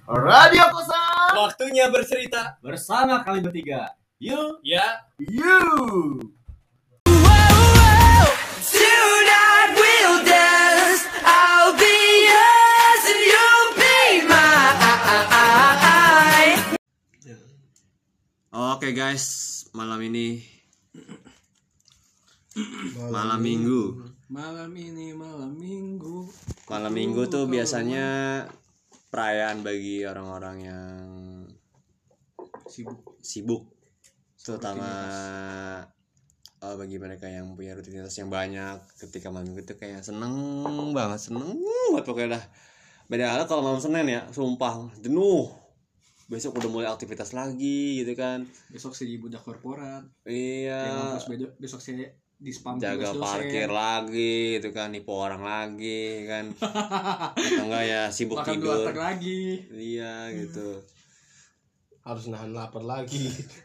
Radio Kosan. Waktunya bercerita Bersama kami bertiga. You. ya. Tonight we'll dance. I'll be yours and you'll be mine. Oke guys, malam ini malam minggu. Malam minggu. Malam minggu tuh biasanya perayaan bagi orang-orang yang sibuk. Terutama bagi mereka yang punya rutinitas yang banyak. Ketika malam minggu tuh kayak seneng banget pokoknya dah. Beda halnya kalau malam Senin ya, sumpah jenuh. Besok udah mulai aktivitas lagi gitu kan. Besok sih budak korporat. Iya. Terus besok sih di spam Jaga parkir lagi gitu kan, nipu orang lagi kan. Atau enggak ya sibuk makan tidur lagi. Iya gitu. Harus nahan lapar lagi.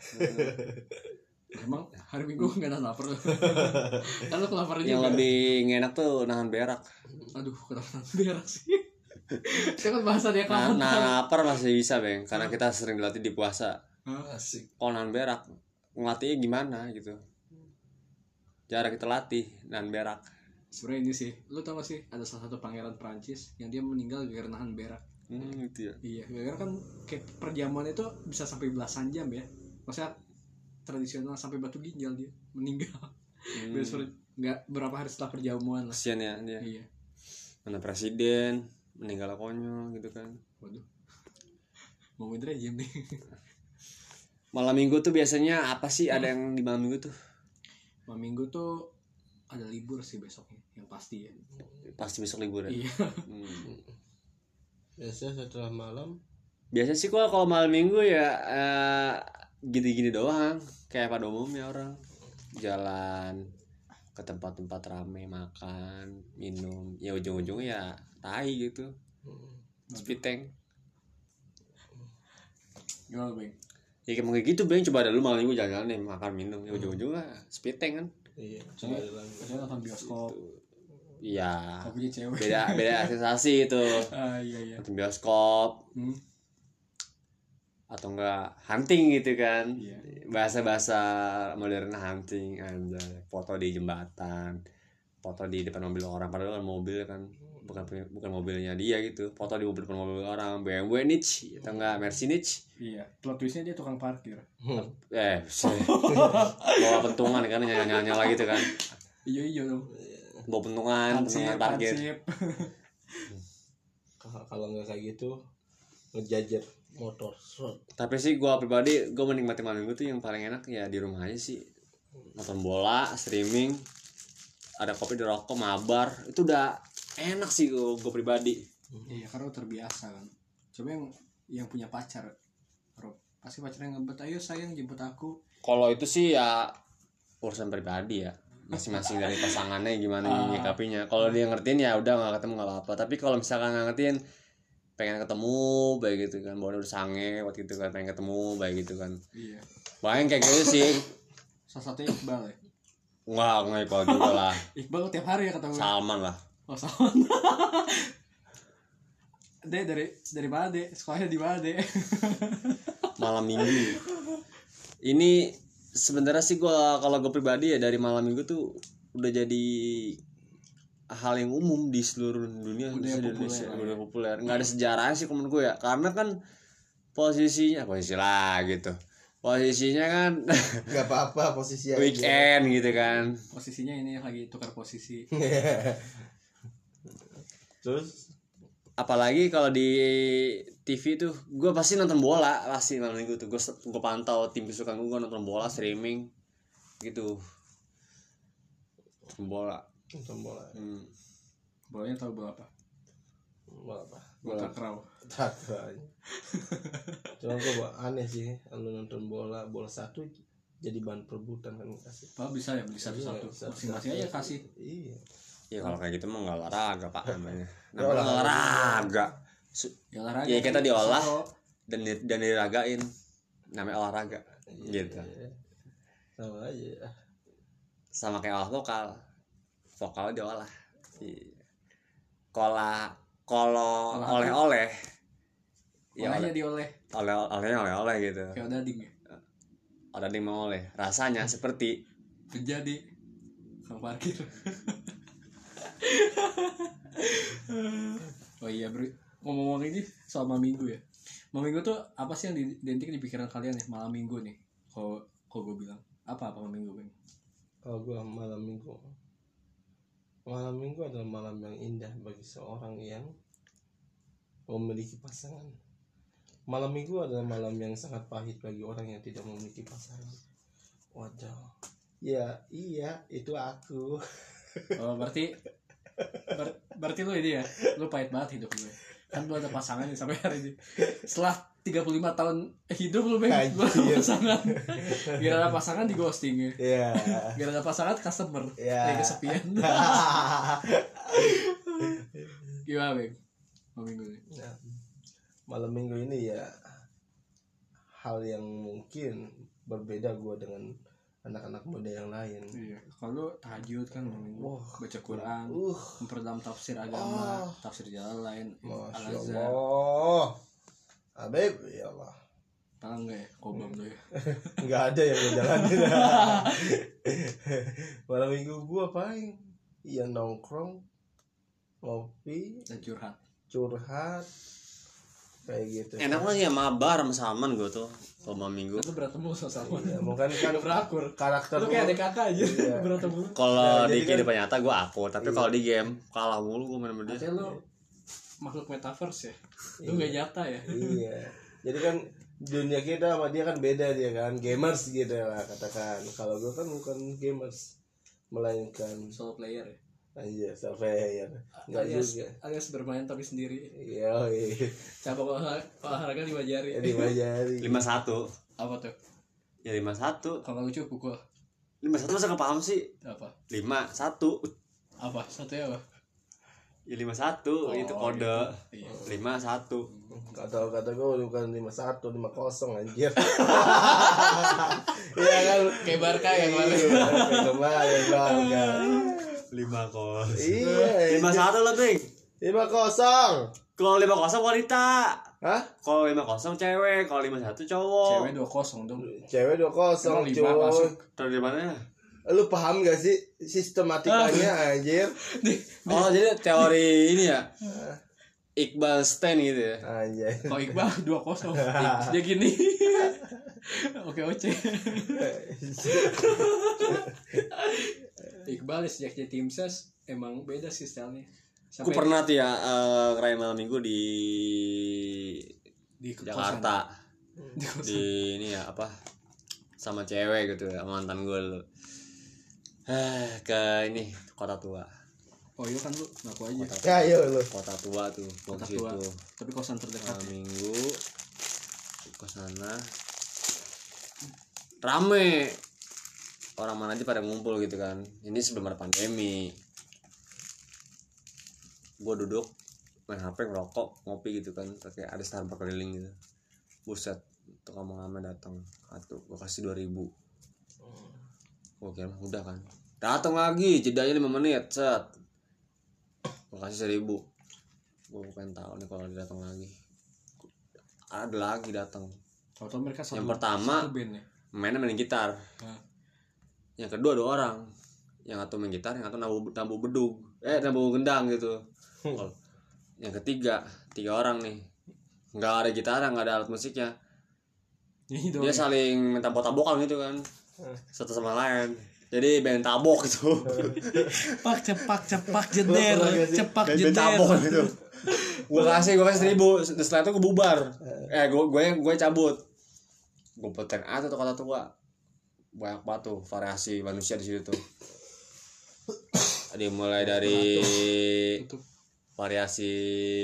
Emang hari Minggu nggak nahan lapar. Kan lu kelaparan Yang juga. lebih enak tuh nahan berak. Aduh, kenapa nahan berak sih? Saya kan bahasa dia kamu. Nahan lapar masih bisa Bang, karena kita sering dilatih di puasa. Asik. Kalau nahan berak ngelatihnya gimana gitu. Jarang kita latih nahan berak. Sebenarnya ini sih, lu tau gak sih ada salah satu pangeran Prancis yang dia meninggal gara nahan berak. Gitu ya. Iya, gara-gara kan kayak perjamuan itu bisa sampai belasan jam ya. Maksudnya tradisional sampai batu ginjal dia meninggal. Nggak berapa hari setelah perjamuan lah. Kasian ya dia. Iya. Mana presiden meninggal konyol gitu kan. Waduh. Mau rejim nih. Malam minggu tuh biasanya apa sih ada yang di malam minggu tuh? Malam Minggu tuh ada libur sih besoknya, yang pasti ya. Pasti besok liburan. Iya. Biasanya setelah malam. Biasa sih kalau malam minggu ya gini-gini doang, kayak pada umumnya orang jalan ke tempat-tempat rame, makan, minum, ya ujung-ujungnya ya tai gitu. Speed tank. Gimana, Bang? Ya kayak gitu Bang, coba ada lu malam minggu jalan-jalan nih, makan minum, ya ujung-ujungnya speed tank kan. Iya. Saya nonton bioskop. Iya. Kopinya cewek. Beda sensasi itu. Iya. Nonton bioskop. Atau enggak hunting gitu kan. Iya. Bahasa modern hunting aja, foto di jembatan, foto di depan mobil orang, padahal kan mobil kan bukan mobilnya dia gitu, foto di depan mobil orang, BMW niche atau enggak Mercy niche. Iya, plot twistnya dia tukang parkir. Bawa pentungan kan, nyala gitu kan, Iya dong. bawa pentungan parkir. Hansip. Kalau nggak kayak gitu ngejajar motor. Tapi sih gue pribadi, gue menikmati malam minggu tuh yang paling enak ya di rumah aja sih, nonton bola, streaming, ada kopi, ada rokok, mabar, itu udah enak sih gue pribadi. Iya, karena terbiasa kan. Coba yang punya pacar, Rob, pasti pacarnya ngebet, ayo sayang jemput aku. Kalau itu sih ya urusan pribadi ya, masing-masing dari pasangannya gimana nyikapinya. Kalau dia ngertiin ya udah, nggak ketemu nggak apa-apa. Tapi kalau misalkan nggak ngertiin, pengen ketemu baik gitu kan, bawa udah sange waktu gitu kan, pengen ketemu baik gitu kan. Iya. Banyak kayak gitu sih. Salah satunya Iqbal ya. Nggak Iqbal juga lah. Iqbal tiap hari ya ketemu. Salman lah. Oh, sama. Dari mana deh? Sekolahnya di mana deh? Malam minggu. Ini sebenarnya sih kalau gue pribadi ya, dari malam minggu tuh udah jadi hal yang umum di seluruh dunia, di Indonesia, udah populer. Nggak ada sejarahnya sih menurut gue ya, karena kan posisi lah gitu. Posisinya kan Nggak apa-apa posisi aja. weekend gitu kan. Posisinya ini lagi tukar posisi. Terus Apalagi kalau di TV tuh gue pasti nonton bola, pasti malam minggu tuh gue pantau tim kesukaan gue nonton bola, streaming gitu. Bola. nonton bola. Bolanya tahu bola apa? Bola apa? Bola takraw. Takraw. Cuma gue aneh sih, lu nonton bola satu jadi bahan perebutan kan kasih. Pak bisa ya beli satu-satu. Masing-masing aja kasih. Iya. Ya kalau kayak gitu mah nggak olahraga Pak namanya. Namanya olahraga. Ya olahraga. Ya kita diolah dan diragain. Namanya olahraga. Gitu. Sama aja. Sama kayak olah vokal diolah. Kalau oleh-oleh Ya, Olehnya dioleh oleh gitu. kayak odading ya. Ada yang mau oleh. Rasanya seperti Menjadi kang parkir. Oh iya bro, ngomong-ngomong ini soal malam minggu ya. Malam minggu tuh apa sih yang identik di pikiran kalian ya malam minggu nih? Kalau gue bilang apa malam minggu Bang? Kalau gua malam minggu adalah malam yang indah bagi seorang yang memiliki pasangan. Malam minggu adalah malam yang sangat pahit bagi orang yang tidak memiliki pasangan. Waduh. Ya, iya, itu aku. Oh berarti berarti lu ini ya, lu pahit banget hidup gue. Kan lu ada pasangan nih sampai hari ini. Setelah 35 tahun hidup lu Bang, lu ada pasangan. Biar ada pasangan di ghosting ya. Iya. Biar ada pasangan customer. Iya. Kayak kesepian. Gimana Bang? Malam minggu nih. Nah, malam minggu ini ya hal yang mungkin berbeda gua dengan anak-anak muda yang lain. Iya, kalau tahajud kan malam minggu, Wah, baca Quran, memperdalam tafsir agama, tafsir jalan lain, Masya Al-Azhar. Allah. Habib, ya Allah. Tahu enggak ya, kobam tuh ya. Nggak ada yang ngejalanin. Malam minggu gua paling ya nongkrong, ngopi, Dan curhat kayak gitu. enak banget ya mabar sama Salman gue tuh kalau malam minggu. Lu berantem sama Ya, mungkin kan berakur. karakter Lu kayak lu- adik kakak aja Iya. berantem mulu. Kalau Nah, di jadi kehidupan nyata gue akur, tapi kalau di game kalah mulu gue main sama dia. Artinya lu makhluk metaverse ya. Lu enggak nyata ya. Iya. Jadi kan dunia kita sama dia kan beda, dia kan gamers gitu lah katakan. Kalau gua kan bukan gamers, melainkan Solo player ya. aja surveyor. Enggak juga. Alias bermain tapi sendiri. Iya, Cabang olahraga 5 jari. jadi wajari. 51. Apa tuh? Ya 51. Kalau nggak lucu pukul 51 masa kepaham sih? apa? 51. Apa? Satunya apa? Ya 51 itu kode. Iya. 51. Kata gua bukan 51, 50 anjir. Iya kan Kayak Barca yang kemarin. Iya, kayak kemarin Barca. 50. Iya, 51 lebih. 50. Kalau 50 wanita. Hah? Kalau 50 cewek, kalau 51 cowok. Cewek 2-0 dong. Cewek 2-0 Emang 5 masuk. cuy. Tahu dari mana? Lu paham gak sih sistematikanya anjir? Oh, jadi teori ini ya. Iqbal Stein gitu ya. Anjir. Kalau Iqbal 2-0. Dia gini. Oke oce. Iqbal sejak jadi tim ses emang beda sih stylenya. Aku pernah tuh ya ngerayain malam minggu di di kosan. Jakarta. Di kosan. Di ini ya apa? Sama cewek gitu ya, mantan gue dulu. Ke ini kota tua. Oh iya kan lu ngaku aja. Ya ayo lu. Kota tua tuh, Kota ke tua. situ. Tapi kosan terdekat. Malam minggu ke sana. Rame. Orang mana aja pada ngumpul gitu kan. Ini sebelum ada pandemi. Gue duduk main HP, ngerokok, ngopi gitu kan. Kayak ada Starbucks keliling gitu. Buset, tuh kamu datang. Satu, gue kasih 2.000. Gue kira udah kan. Datang lagi, jedanya 5 menit, set. Gue kasih 1.000. Gue pengen tahu nih kalau dia datang lagi. Ada lagi datang. Kalau mereka satu, Yang pertama, satu band ya. mainnya main gitar. Nah, Yang kedua 2 orang. Yang satu main gitar, yang satu nabuh bedug. Nabuh gendang gitu. Yang ketiga 3 orang nih. Nggak ada gitar, nggak ada alat musiknya. ini Dia saling minta tabok-tabokan gitu kan. Satu sama lain. Jadi band tabok gitu. cepak jeder, cepak Band jeder. tabok gitu. Gue kasih 1.000. Setelah itu gue bubar. Gue cabut. Gue petek tuh kota tua. Banyak banget tuh variasi manusia di situ tuh. Ada mulai dari variasi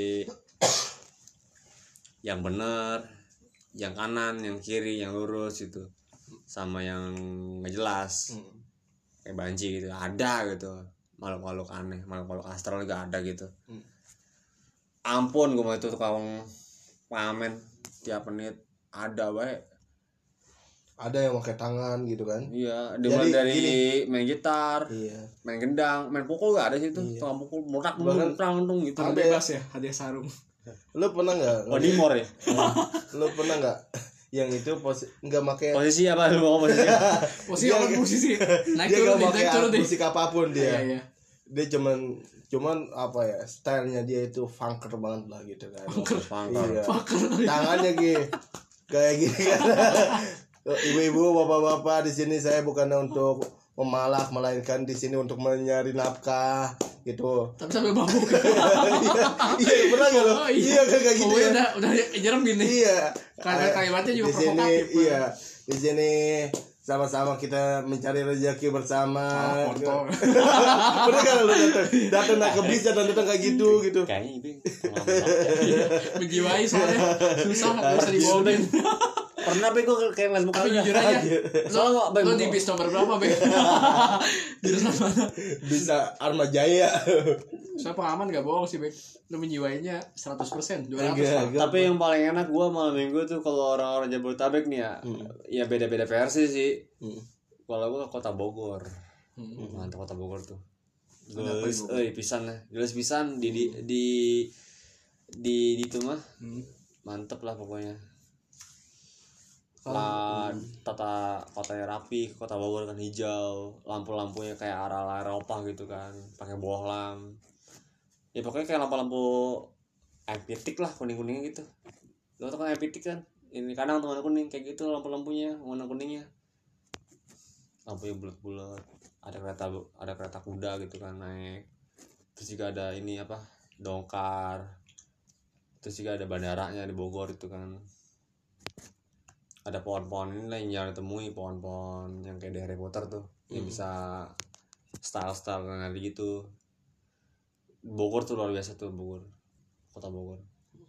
yang bener, yang kanan, yang kiri, yang lurus gitu, sama yang nggak jelas, kayak banci gitu, ada gitu, makhluk-makhluk aneh, makhluk-makhluk astral juga ada gitu. Ampun, gue mau itu tukang pamen tiap menit ada baik. Ada yang pakai tangan gitu kan. Iya, Jadi, dimulai dari gini. main gitar, Iya. main gendang, main pukul gak ada sih tuh, Iya. tukang pukul meledak Bahkan dong gitu. ada Bebas ya, hadiah sarung. Lu pernah nggak? Odimor ya. Lu pernah nggak yang itu nggak pakai Posisi apa lu mau posisi? Posisi apa posisi? Naik dia turun nggak deh, pakai naik turun deh. musik apapun dia. Iya, iya. Dia cuman apa ya, stylenya dia itu funker banget lah gitu kan. Funker. Iya. Tangannya kayak gini kan. Ibu-ibu, bapak-bapak, di sini saya bukan untuk memalak, melainkan di sini untuk mencari nafkah gitu. Tapi sambil mabuk. Iya, pernah nggak lo? Oh, Iya kayak gitu. Pokoknya Ya. udah nyeremin nih. Iya. Kalimatnya juga di sini, provokatif. iya. Di sini sama-sama kita mencari rezeki bersama. Foto. Pernah kan lu datang naik ke bis, datang kayak gitu. Kayaknya Bing. Menjiwai soalnya susah, nggak bisa dibohongin. Pernah Bing gue kayak ngeliat Tapi mukanya. jujur aja, lo di bis nomor berapa, Bang? Jurusan mana? Bisa Arma Jaya. Soalnya pengalaman gak bohong sih, Bang. Lo menjiwainya 100%, 200%. Enggak. Tapi yang paling enak gue malam minggu tuh kalau orang-orang Jabodetabek nih ya, ya beda-beda versi sih. Kalau gue ke Kota Bogor, mantap Kota Bogor tuh. Geus, pisan lah, geus pisan di itu mah, mantep lah pokoknya. Lah tata kotanya rapi, Kota Bogor kan hijau, lampu-lampunya kayak ala-ala Eropa gitu kan, pakai bohlam. Ya pokoknya kayak lampu-lampu empitik lah, kuning-kuningnya gitu. Lo tau kan empitik kan? Ini kadang warna kuning kayak gitu lampu-lampunya, warna kuningnya. Lampunya bulat-bulat. Ada kereta kuda gitu kan naik. Terus juga ada ini apa? Dongkar. Terus juga ada bandaranya di Bogor itu kan. Ada pohon-pohon ini lah yang jarang temui, pohon-pohon yang kayak di Harry Potter tuh, yang bisa style-style kayak gitu. Bogor tuh luar biasa tuh, Bogor, Kota Bogor.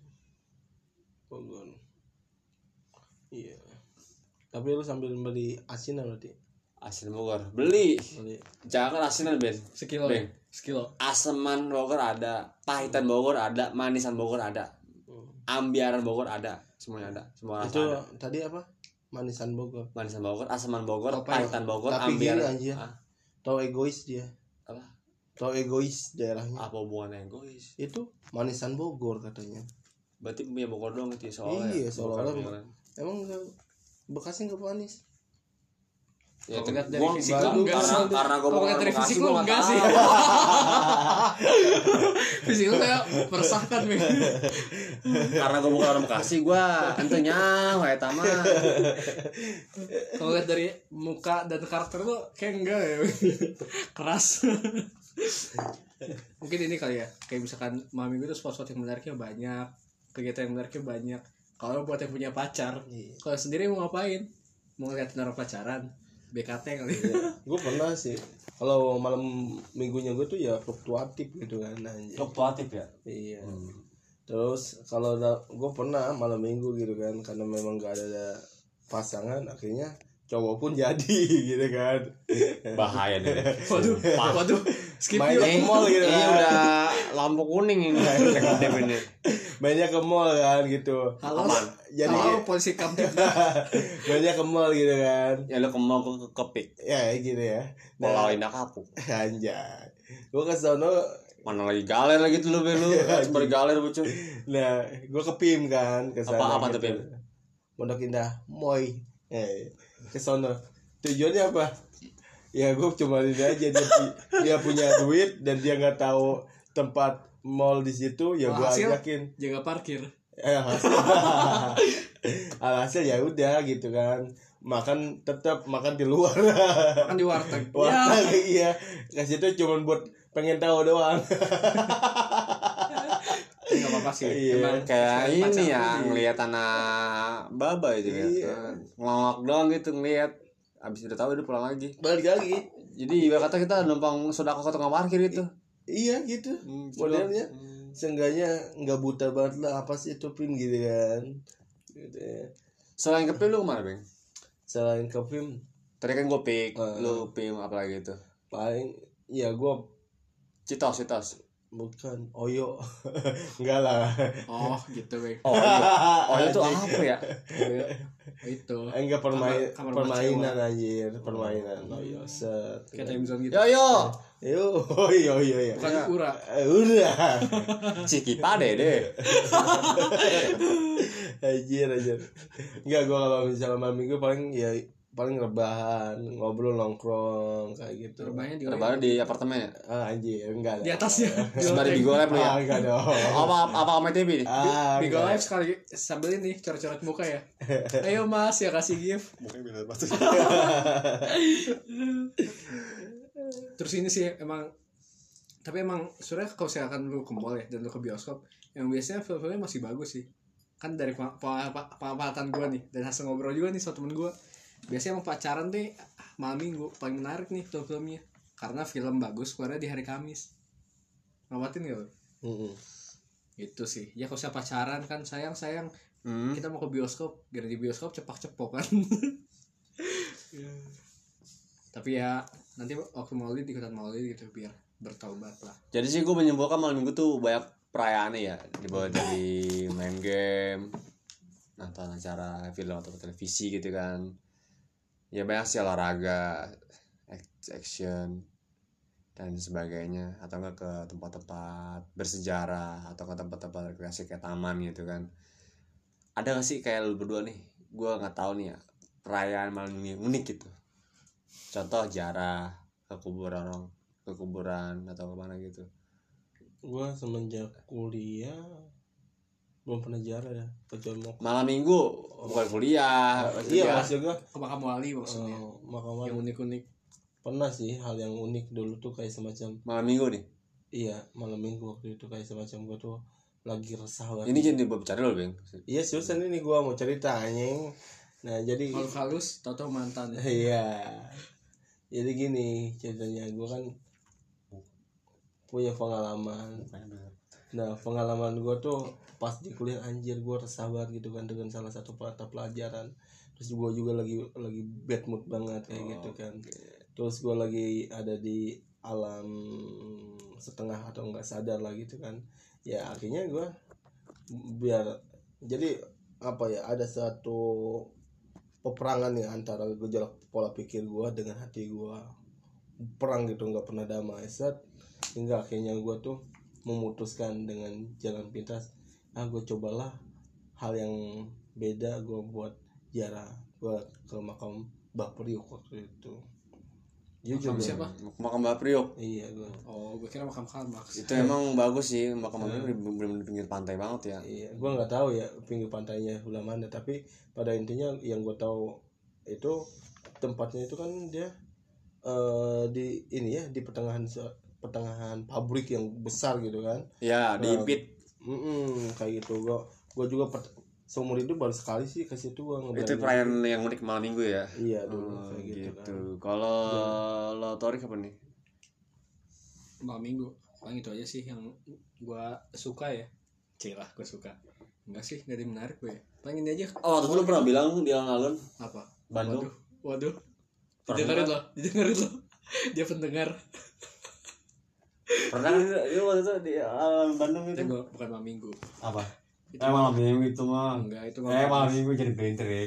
Iya. Tapi lu sambil beli asinan berarti. Asin Bogor beli. Jangan asinan Ben. Sekilo. Ben. Sekilo. Aseman Bogor ada, pahitan Bogor ada, manisan Bogor ada, ambiaran Bogor ada, semuanya ada, semua rasa Itu ada. tadi apa? Manisan Bogor. Manisan Bogor, aseman Bogor, Apa ya? pahitan Bogor, Tapi gini ambiaran. anjir. Ah, Tahu egois dia. apa? Tahu egois daerahnya. Apa hubungannya egois? Itu manisan Bogor katanya. Berarti punya Bogor doang itu ya soalnya. Iya, soalnya bukan. emang enggak, Bekasi enggak manis. Ya, Kalau lihat dari gua- fisik lo enggak sih. karena gue Kalau lihat dari fisik lo enggak sih. Fisik lo kayak meresahkan, Bang. Karena gue bukan orang Bekasi, gue entunya wae tama. Kalau lihat dari muka dan karakter lo kayak enggak ya. Keras. Mungkin ini kali ya, kayak misalkan malam minggu itu spot-spot yang menariknya banyak, kegiatan yang menariknya banyak. Kalau buat yang punya pacar, kalau sendiri mau ngapain? Mau ngeliatin orang pacaran? BKT kali. Gue pernah sih. Kalau malam minggunya gue tuh ya fluktuatif gitu kan anjir. Fluktuatif ya. Iya. Terus kalau gue pernah malam minggu gitu kan, karena memang gak ada pasangan, akhirnya cowok pun jadi gitu kan. Bahaya nih. Waduh, skip Main yuk. ke mall gitu Ini kan. udah lampu kuning ini. ini. Mainnya ke mall kan gitu. Halo, Jadi halo polisi Kamtib. mainnya ke mall gitu kan. Ya lu kemau ke kepik. Ya gitu ya. Pulau Indah Kapuk. Anjay. Gue ke sono. Mana lagi galer lagi tuh lu belu. Seperti galer bocor. Nah, gue ke PIM kan, ke sana. Apa tuh, gitu. PIM? Pondok Indah Moy. Ke sono. Tujuannya apa? Ya gue cuma ini aja, dia punya duit dan dia nggak tahu tempat mall di situ, ya gue Hasil, ajakin. jaga parkir. Alhasil ya udah gitu kan, tetap makan di luar. Makan di warteg. Warteg iya, ke situ cuma buat pengen tahu doang. Enggak apa-apa sih. Iya. Emang Kayak pacaran ini ya tuh ngelihat anak baba itu ya. Iya. Ngelawak doang gitu ngelihat. Abis udah tahu udah pulang lagi. Balik lagi. Jadi ibarat kata kita numpang sedekah ke tukang parkir gitu. Iya gitu. Modelnya seenggaknya nggak buta banget lah, apa sih itu PIM gitu kan. Gitu ya. Selain ke film lu kemana, Bang? Selain ke PIM Tadi kan gue pick, lu film apa lagi itu? paling ya gue Citos. Bukan Oyo. Enggak lah. Oh gitu Bang. Oh iya itu apa ya? Oh, itu Enggak Kamar permainan anjir, permainan Oyo set. kayak time zone gitu. Yo Yo, oh iya. Bukan ura. Udah. Ciki pade deh. Anjir. Enggak, gua kalau misalnya malam minggu paling rebahan, ngobrol, nongkrong kayak gitu. Terbangnya di Baru di apartemen ya? Anjir, enggak di ada. atasnya. Sembari Bigo Live lu ya? Enggak dong. Apa sama TV nih? Bigo enggak. Live sekali sambil ini coret-coret muka ya. Ayo Mas ya kasih gift. Mungkin bener banget. Terus ini sih emang tapi emang sebenarnya kalau misalkan lu ke mall ya dan lu ke bioskop yang biasanya film-filmnya masih bagus sih kan dari pengamatan gue nih dan hasil ngobrol juga nih sama temen gue biasanya emang pacaran deh malam minggu paling menarik nih film-filmnya karena film bagus keluarnya di hari Kamis ngamatin gak lu? Itu sih ya kalau saya pacaran kan sayang kita mau ke bioskop gara di bioskop cepak-cepok kan. Tapi ya nanti waktu maulid ikutan maulid gitu biar bertaubat lah. Jadi sih gue menyimpulkan malam minggu tuh banyak perayaannya ya, dibawa dari main game, nonton acara film atau televisi gitu kan. Ya banyak sih olahraga, action dan sebagainya, atau enggak ke tempat-tempat bersejarah atau ke tempat-tempat rekreasi kayak taman gitu kan. Ada gak sih kayak lu berdua nih, gue nggak tahu nih ya perayaan malam minggu yang unik gitu. Contoh jarah ke kuburan atau kemana gitu. Gua semenjak kuliah belum pernah jarah ya kecuali mau Malam minggu bukan kuliah. iya maksud gua Ke makam wali maksudnya. makam Yang unik-unik. pernah sih hal yang unik dulu tuh kayak semacam Malam minggu nih. iya malam minggu waktu itu kayak semacam gua tuh lagi resah banget. Ini jadi berbicara loh, Bang. Iya seriusan ini gua mau cerita anjing. Nah jadi Halus tau mantan. iya jadi gini ceritanya gua kan punya pengalaman. Nah pengalaman gue tuh pas di kuliah anjir gue resah banget gitu kan dengan salah satu mata pelajaran. Terus gue juga lagi bad mood banget kayak gitu kan. Terus gue lagi ada di alam setengah atau enggak sadar lah gitu kan. Ya akhirnya gue biar jadi apa ya ada satu peperangan ya antara gejolak pola pikir gue dengan hati gue, perang gitu nggak pernah damai set hingga akhirnya gue tuh memutuskan dengan jalan pintas gue cobalah hal yang beda. Gue buat ziarah gue ke makam Mbah Priok waktu itu. Makam siapa? Makam Mbah Priok. Iya gue. Oh, gue kira makam Karl Marx. Itu emang bagus sih, makam Mbah Priok bener-bener di pinggir pantai banget ya. Iya, gue nggak tahu ya pinggir pantainya sebelah mana, tapi pada intinya yang gue tahu itu tempatnya itu kan dia di ini ya di pertengahan pabrik yang besar gitu kan. Ya, diimpit. Kayak gitu. Gue juga seumur hidup baru sekali sih ke situ gue ngeberani. Itu perayaan yang unik malam minggu ya. Iya dulu kayak gitu kan. Kalau lo Torik apa nih? Malam minggu. Paling itu aja sih yang gue suka ya. Cilah gue suka. Enggak sih, enggak ada yang menarik gue ya. Paling ini aja. Oh, waktu lu pernah bilang di alun-alun Apa? Bandung. Waduh. Pernah. Didengerin loh. Dia pendengar. Pernah itu waktu itu di alun Bandung itu. Itu bukan malam minggu. Apa? Malam minggu itu mah. Enggak, itu Malam minggu jadi bentrik.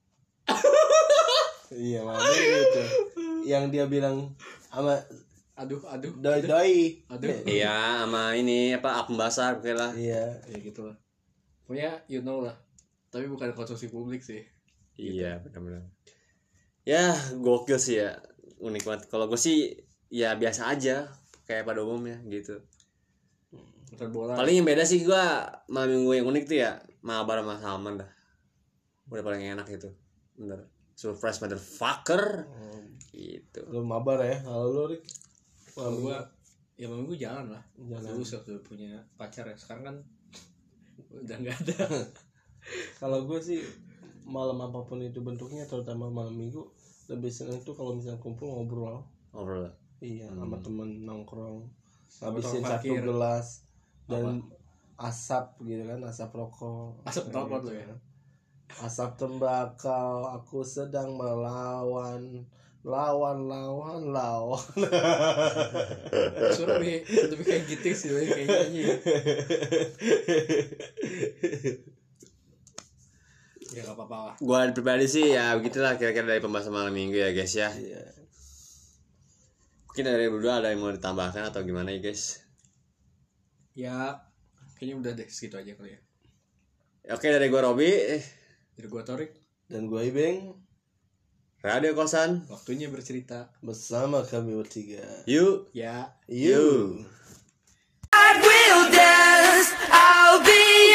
Iya malam itu. Yang dia bilang sama Aduh. doi. Aduh. Iya, sama ini apa apem basah kayak lah. Iya. Ya gitu lah. Pokoknya you know lah. Tapi bukan konsumsi publik sih. Iya, benar-benar. Ya, gokil sih ya. Unik banget. Kalau gue sih ya biasa aja kayak pada umumnya gitu. Nonton bola. Paling yang beda sih gue malam minggu yang unik tuh ya mabar sama Salman dah. Udah paling enak itu. Bener. Surprise motherfucker. Gitu. Lu mabar ya. Kalau lu Rik? Kalau gue ya malam minggu jalan lah. Jalan. Dulu waktu punya pacar ya. Sekarang kan udah nggak ada. Kalau gue sih malam apapun itu bentuknya, terutama malam minggu, lebih seneng tuh kalau misalnya kumpul ngobrol. Ngobrol. Iya, sama temen nongkrong, Tukang ngabisin satu parkir. gelas dan asap gitu kan, asap rokok. Asap Kayak rokok gitu tuh ya. kan. Asap tembakau, aku sedang melawan lawan. Suara lebih kayak gitu sih, lebih kayak nyanyi. Ya gak apa-apa lah. Gua pribadi sih ya begitulah kira-kira dari pembahasan malam minggu ya guys ya. Iya. Mungkin dari berdua ada yang mau ditambahkan atau gimana ya guys? Ya kayaknya udah deh segitu aja kali ya. Oke, dari gua Robi, Dari gua Torik, Dan gue Ibeng Radio Kosan. waktunya bercerita. bersama kami bertiga. Yuk. Ya. You. I will dance, I'll be